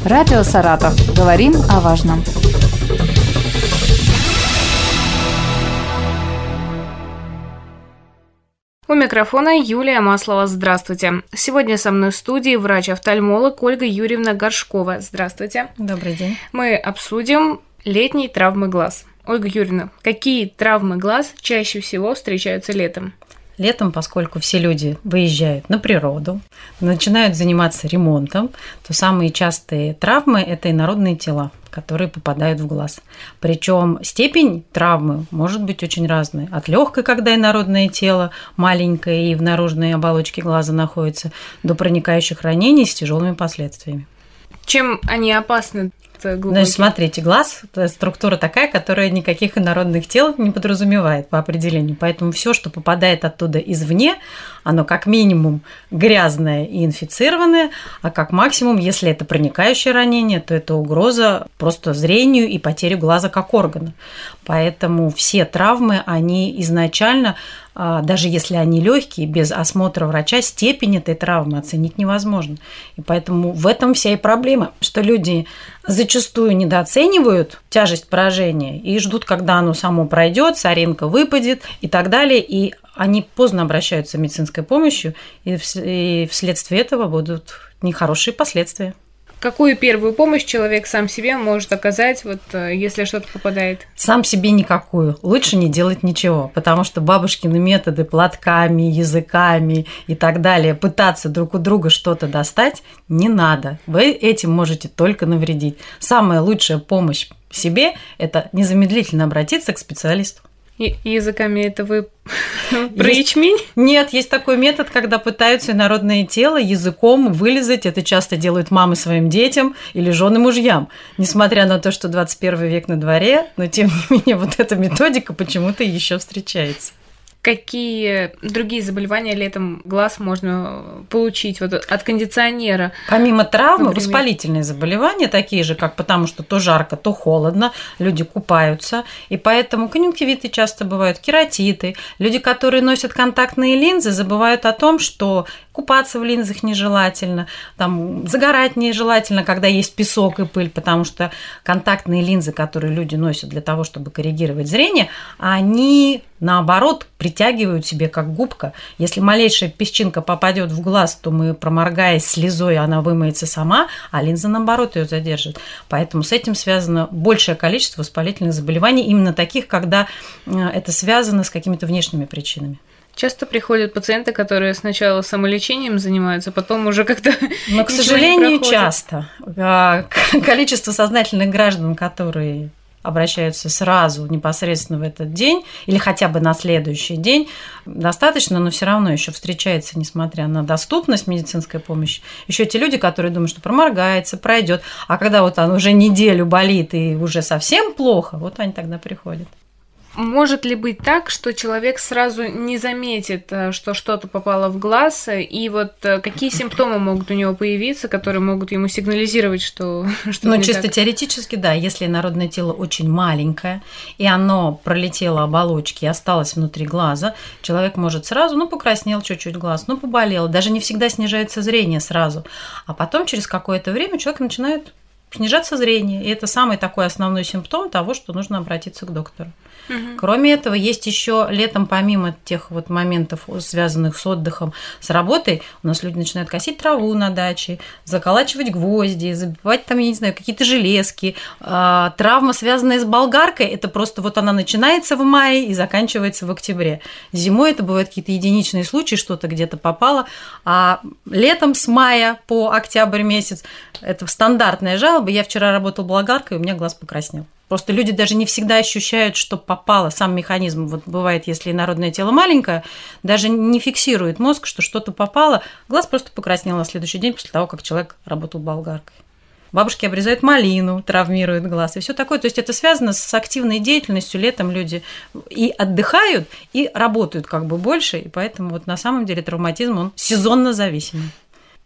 Радио «Саратов». Говорим о важном. У микрофона Юлия Маслова. Здравствуйте. Сегодня со мной в студии врач-офтальмолог Ольга Юрьевна Горшкова. Здравствуйте. Добрый день. Мы обсудим летние травмы глаз. Ольга Юрьевна, какие травмы глаз чаще всего встречаются летом? Летом, поскольку все люди выезжают на природу, начинают заниматься ремонтом, то самые частые травмы – это инородные тела, которые попадают в глаз. Причем степень травмы может быть очень разной. От легкой, когда инородное тело маленькое и в наружной оболочке глаза находится, до проникающих ранений с тяжелыми последствиями. Чем они опасны? Значит, смотрите, глаз – структура такая, которая никаких инородных тел не подразумевает по определению. Поэтому все, что попадает оттуда извне, оно как минимум грязное и инфицированное, а как максимум, если это проникающее ранение, то это угроза просто зрению и потере глаза как органа. Поэтому все травмы, они изначально, даже если они легкие, без осмотра врача степень этой травмы оценить невозможно. И поэтому в этом вся и проблема, что люди зачастую недооценивают тяжесть поражения и ждут, когда оно само пройдет, соринка выпадет и так далее, и они поздно обращаются за медицинской помощью, и вследствие этого будут нехорошие последствия. Какую первую помощь человек сам себе может оказать, если что-то попадает? Сам себе никакую. Лучше не делать ничего, потому что бабушкины методы платками, языками и так далее, пытаться друг у друга что-то достать не надо. Вы этим можете только навредить. Самая лучшая помощь себе – это незамедлительно обратиться к специалисту. Языками это вы про ячмень? Нет, есть такой метод, когда пытаются инородное тело языком вылизать. Это часто делают мамы своим детям или жены мужьям. Несмотря на то, что 21 век на дворе, но тем не менее вот эта методика почему-то еще встречается. Какие другие заболевания летом глаз можно получить от кондиционера? Помимо травмы, например, воспалительные заболевания, такие же, как потому что то жарко, то холодно, люди купаются, и поэтому конъюнктивиты часто бывают, кератиты. Люди, которые носят контактные линзы, забывают о том, что купаться в линзах нежелательно, там, загорать нежелательно, когда есть песок и пыль, потому что контактные линзы, которые люди носят для того, чтобы коррегировать зрение, они, наоборот, притягивают себе как губка. Если малейшая песчинка попадет в глаз, то мы, проморгаясь слезой, она вымоется сама, а линза, наоборот, ее задержит. Поэтому с этим связано большее количество воспалительных заболеваний, именно таких, когда это связано с какими-то внешними причинами. Часто приходят пациенты, которые сначала самолечением занимаются, потом уже как-то... Но, к сожалению, часто. Количество сознательных граждан, которые обращаются сразу, непосредственно в этот день или хотя бы на следующий день, достаточно, но все равно еще встречается, несмотря на доступность медицинской помощи, еще те люди, которые думают, что проморгается, пройдет, а когда вот он уже неделю болит и уже совсем плохо, вот они тогда приходят. Может ли быть так, что человек сразу не заметит, что что-то попало в глаз, и какие симптомы могут у него появиться, которые могут ему сигнализировать, что что-то не чисто так? Теоретически, да, если инородное тело очень маленькое, и оно пролетело оболочки и осталось внутри глаза, человек может сразу, покраснел чуть-чуть глаз, поболел, даже не всегда снижается зрение сразу, а потом через какое-то время человек начинает снижаться зрение, и это самый такой основной симптом того, что нужно обратиться к доктору. Угу. Кроме этого, есть еще летом, помимо тех моментов, связанных с отдыхом, с работой, у нас люди начинают косить траву на даче, заколачивать гвозди, забивать там, я не знаю, какие-то железки. Травма, связанная с болгаркой, это просто она начинается в мае и заканчивается в октябре. Зимой это бывают какие-то единичные случаи, что-то где-то попало, а летом с мая по октябрь месяц это стандартная жалоба. Я вчера работала болгаркой, у меня глаз покраснел. Просто люди даже не всегда ощущают, что попало, сам механизм. Бывает, если инородное тело маленькое, даже не фиксирует мозг, что что-то попало, глаз просто покраснел на следующий день после того, как человек работал болгаркой. Бабушки обрезают малину, травмируют глаз и все такое. То есть это связано с активной деятельностью. Летом люди и отдыхают, и работают больше, и поэтому на самом деле травматизм, он сезонно зависимый.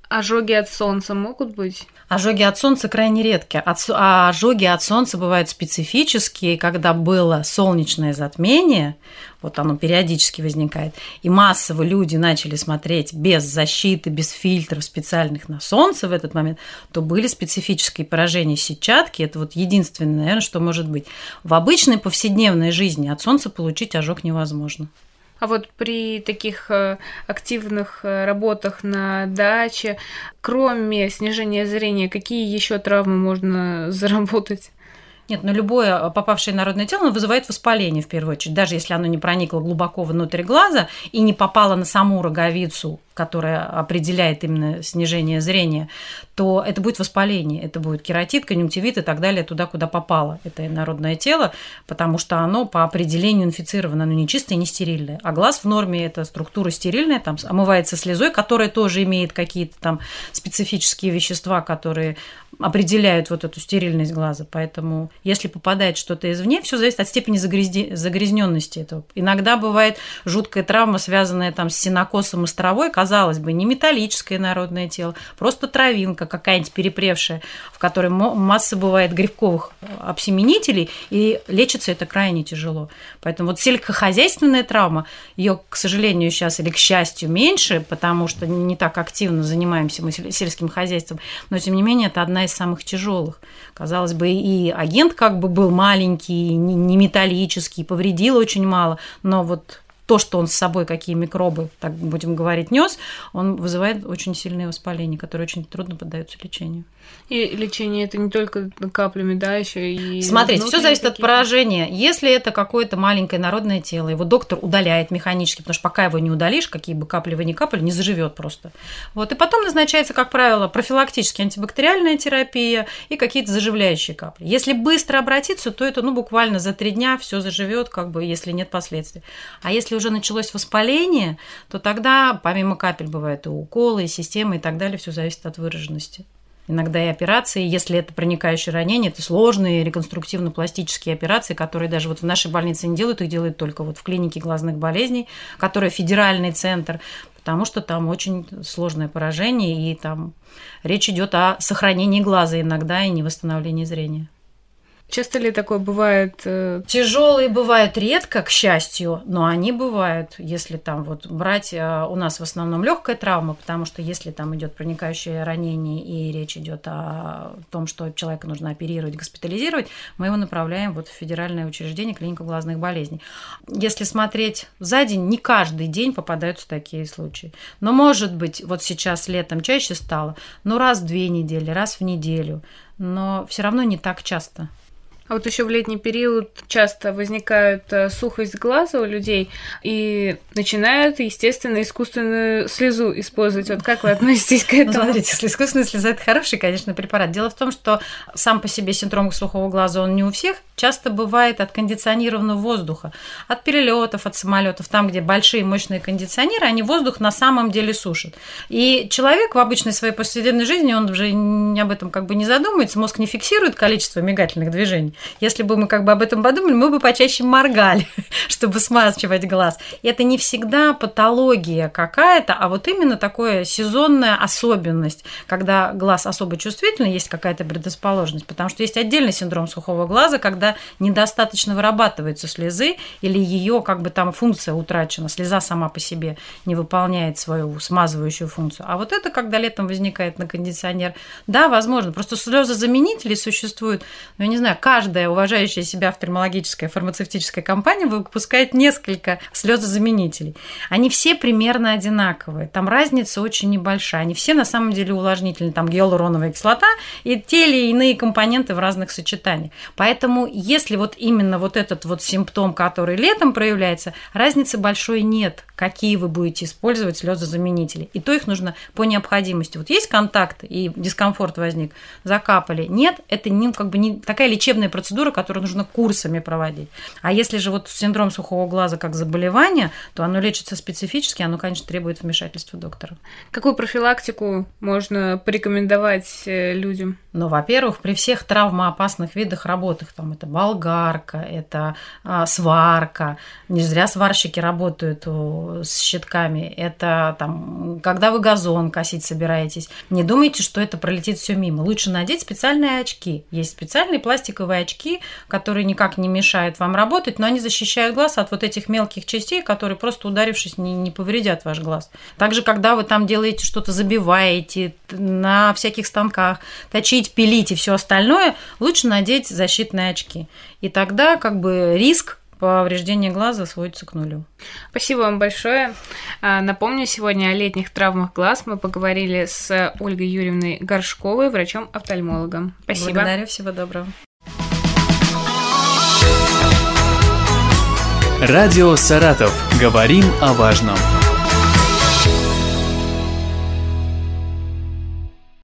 Ожоги от солнца могут быть? Ожоги от солнца крайне редки. А ожоги от солнца бывают специфические, когда было солнечное затмение, вот оно периодически возникает, и массово люди начали смотреть без защиты, без фильтров специальных на солнце в этот момент, то были специфические поражения сетчатки. Это вот единственное, наверное, что может быть. В обычной повседневной жизни от солнца получить ожог невозможно. А вот при таких активных работах на даче, кроме снижения зрения, какие еще травмы можно заработать? Нет, но любое попавшее народное тело вызывает воспаление в первую очередь, даже если оно не проникло глубоко внутрь глаза и не попало на саму роговицу, которая определяет именно снижение зрения, то это будет воспаление, это будет кератит, конъюнктивит и так далее туда, куда попало это инородное тело, потому что оно по определению инфицировано, оно не чистое и не стерильное. А глаз в норме – это структура стерильная, там омывается слезой, которая тоже имеет какие-то там специфические вещества, которые определяют вот эту стерильность глаза. Поэтому если попадает что-то извне, все зависит от степени загрязненности этого. Иногда бывает жуткая травма, связанная там с сенокосом и с травой, казалось бы, не металлическое инородное тело, просто травинка какая-нибудь перепревшая, в которой масса бывает грибковых обсеменителей, и лечится это крайне тяжело. Поэтому вот сельскохозяйственная травма, ее, к сожалению, сейчас или к счастью меньше, потому что не так активно занимаемся мы сельским хозяйством, но тем не менее это одна из самых тяжелых. Казалось бы, и агент как бы был маленький, не металлический, повредил очень мало, но вот то, что он с собой, какие микробы, так будем говорить, нес, он вызывает очень сильные воспаления, которые очень трудно поддаются лечению. И лечение это не только каплями, да, еще и... Смотрите, все зависит от поражения. Если это какое-то маленькое народное тело, его доктор удаляет механически, потому что пока его не удалишь, какие бы капли вы ни капали, не заживет просто. Вот. И потом назначается, как правило, профилактическая антибактериальная терапия и какие-то заживляющие капли. Если быстро обратиться, то это буквально за 3 дня все заживет, как бы, если нет последствий. А если уже началось воспаление, то тогда помимо капель бывают и уколы, и системы, и так далее, все зависит от выраженности. Иногда и операции, если это проникающее ранение, это сложные реконструктивно-пластические операции, которые даже вот в нашей больнице не делают, их делают только вот в клинике глазных болезней, которая федеральный центр, потому что там очень сложное поражение, и там речь идет о сохранении глаза иногда и не восстановлении зрения. Часто ли такое бывает? Тяжелые бывают редко, к счастью, но они бывают. Если там вот брать, у нас в основном легкая травма, потому что если там идет проникающее ранение и речь идет о том, что человека нужно оперировать, госпитализировать, мы его направляем вот в федеральное учреждение, клинику глазных болезней. Если смотреть за день, не каждый день попадаются такие случаи. Но, может быть, вот сейчас летом чаще стало, раз в 2 недели, раз в неделю, но все равно не так часто. А вот еще в летний период часто возникает сухость глаза у людей и начинают, естественно, искусственную слезу использовать. Вот как вы относитесь к этому? Смотрите, если искусственная слеза – это хороший, конечно, препарат. Дело в том, что сам по себе синдром сухого глаза, он не у всех. Часто бывает от кондиционированного воздуха, от перелетов, от самолетов, там, где большие мощные кондиционеры, они воздух на самом деле сушат. И человек в обычной своей повседневной жизни, он уже об этом как бы не задумывается, мозг не фиксирует количество мигательных движений. Если бы мы как бы об этом подумали, мы бы почаще моргали, чтобы смазывать глаз. И это не всегда патология какая-то, а вот именно такая сезонная особенность, когда глаз особо чувствительный, есть какая-то предрасположенность, потому что есть отдельный синдром сухого глаза, когда недостаточно вырабатывается слезы или ее как бы там функция утрачена, слеза сама по себе не выполняет свою смазывающую функцию. А вот это, когда летом возникает на кондиционер, да, возможно, просто слезозаменители существуют, но я не знаю, каждая уважающая себя офтальмологическая фармацевтическая компания выпускает несколько слезозаменителей. Они все примерно одинаковые, там разница очень небольшая, они все на самом деле увлажнительные, там гиалуроновая кислота и те или иные компоненты в разных сочетаниях. Поэтому если вот именно вот этот вот симптом, который летом проявляется, разницы большой нет, какие вы будете использовать слезозаменители. И то их нужно по необходимости. Вот есть контакт и дискомфорт возник, закапали. Нет, это не, как бы не такая лечебная процедура, которую нужно курсами проводить. А если же вот синдром сухого глаза как заболевание, то оно лечится специфически, оно, конечно, требует вмешательства доктора. Какую профилактику можно порекомендовать людям? Ну, во-первых, при всех травмоопасных видах работы, там это болгарка, это сварка, не зря сварщики работают с щитками, это там, когда вы газон косить собираетесь, не думайте, что это пролетит все мимо. Лучше надеть специальные очки. Есть специальные пластиковые очки, которые никак не мешают вам работать, но они защищают глаз от вот этих мелких частей, которые просто ударившись не повредят ваш глаз. Также, когда вы там делаете что-то, забиваете на всяких станках, точите, пилить и все остальное, лучше надеть защитные очки. И тогда как бы риск повреждения глаза сводится к нулю. Спасибо вам большое. Напомню, сегодня о летних травмах глаз мы поговорили с Ольгой Юрьевной Горшковой, врачом-офтальмологом. Спасибо. Благодарю, всего доброго. Радио «Саратов». Говорим о важном.